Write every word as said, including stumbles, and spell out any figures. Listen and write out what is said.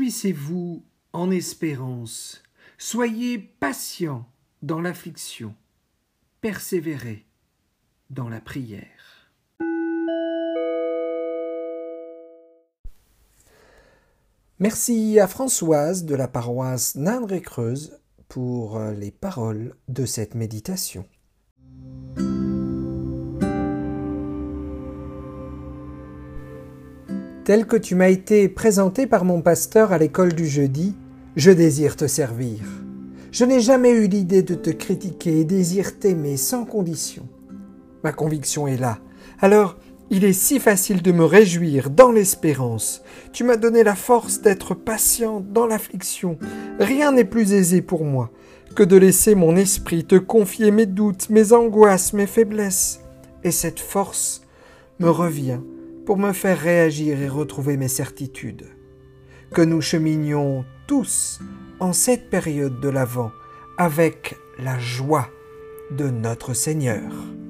réjouissez-vous en espérance, soyez patients dans l'affliction, persévérez dans la prière. Merci à Françoise de la paroisse Nindre-et-Creuse pour les paroles de cette méditation. Tel que tu m'as été présenté par mon pasteur à l'école du jeudi, je désire te servir. Je n'ai jamais eu l'idée de te critiquer et désire t'aimer sans condition. Ma conviction est là. Alors, il est si facile de me réjouir dans l'espérance. Tu m'as donné la force d'être patient dans l'affliction. Rien n'est plus aisé pour moi que de laisser mon esprit te confier mes doutes, mes angoisses, mes faiblesses. Et cette force me revient pour me faire réagir et retrouver mes certitudes. Que nous cheminions tous en cette période de l'Avent avec la joie de notre Seigneur.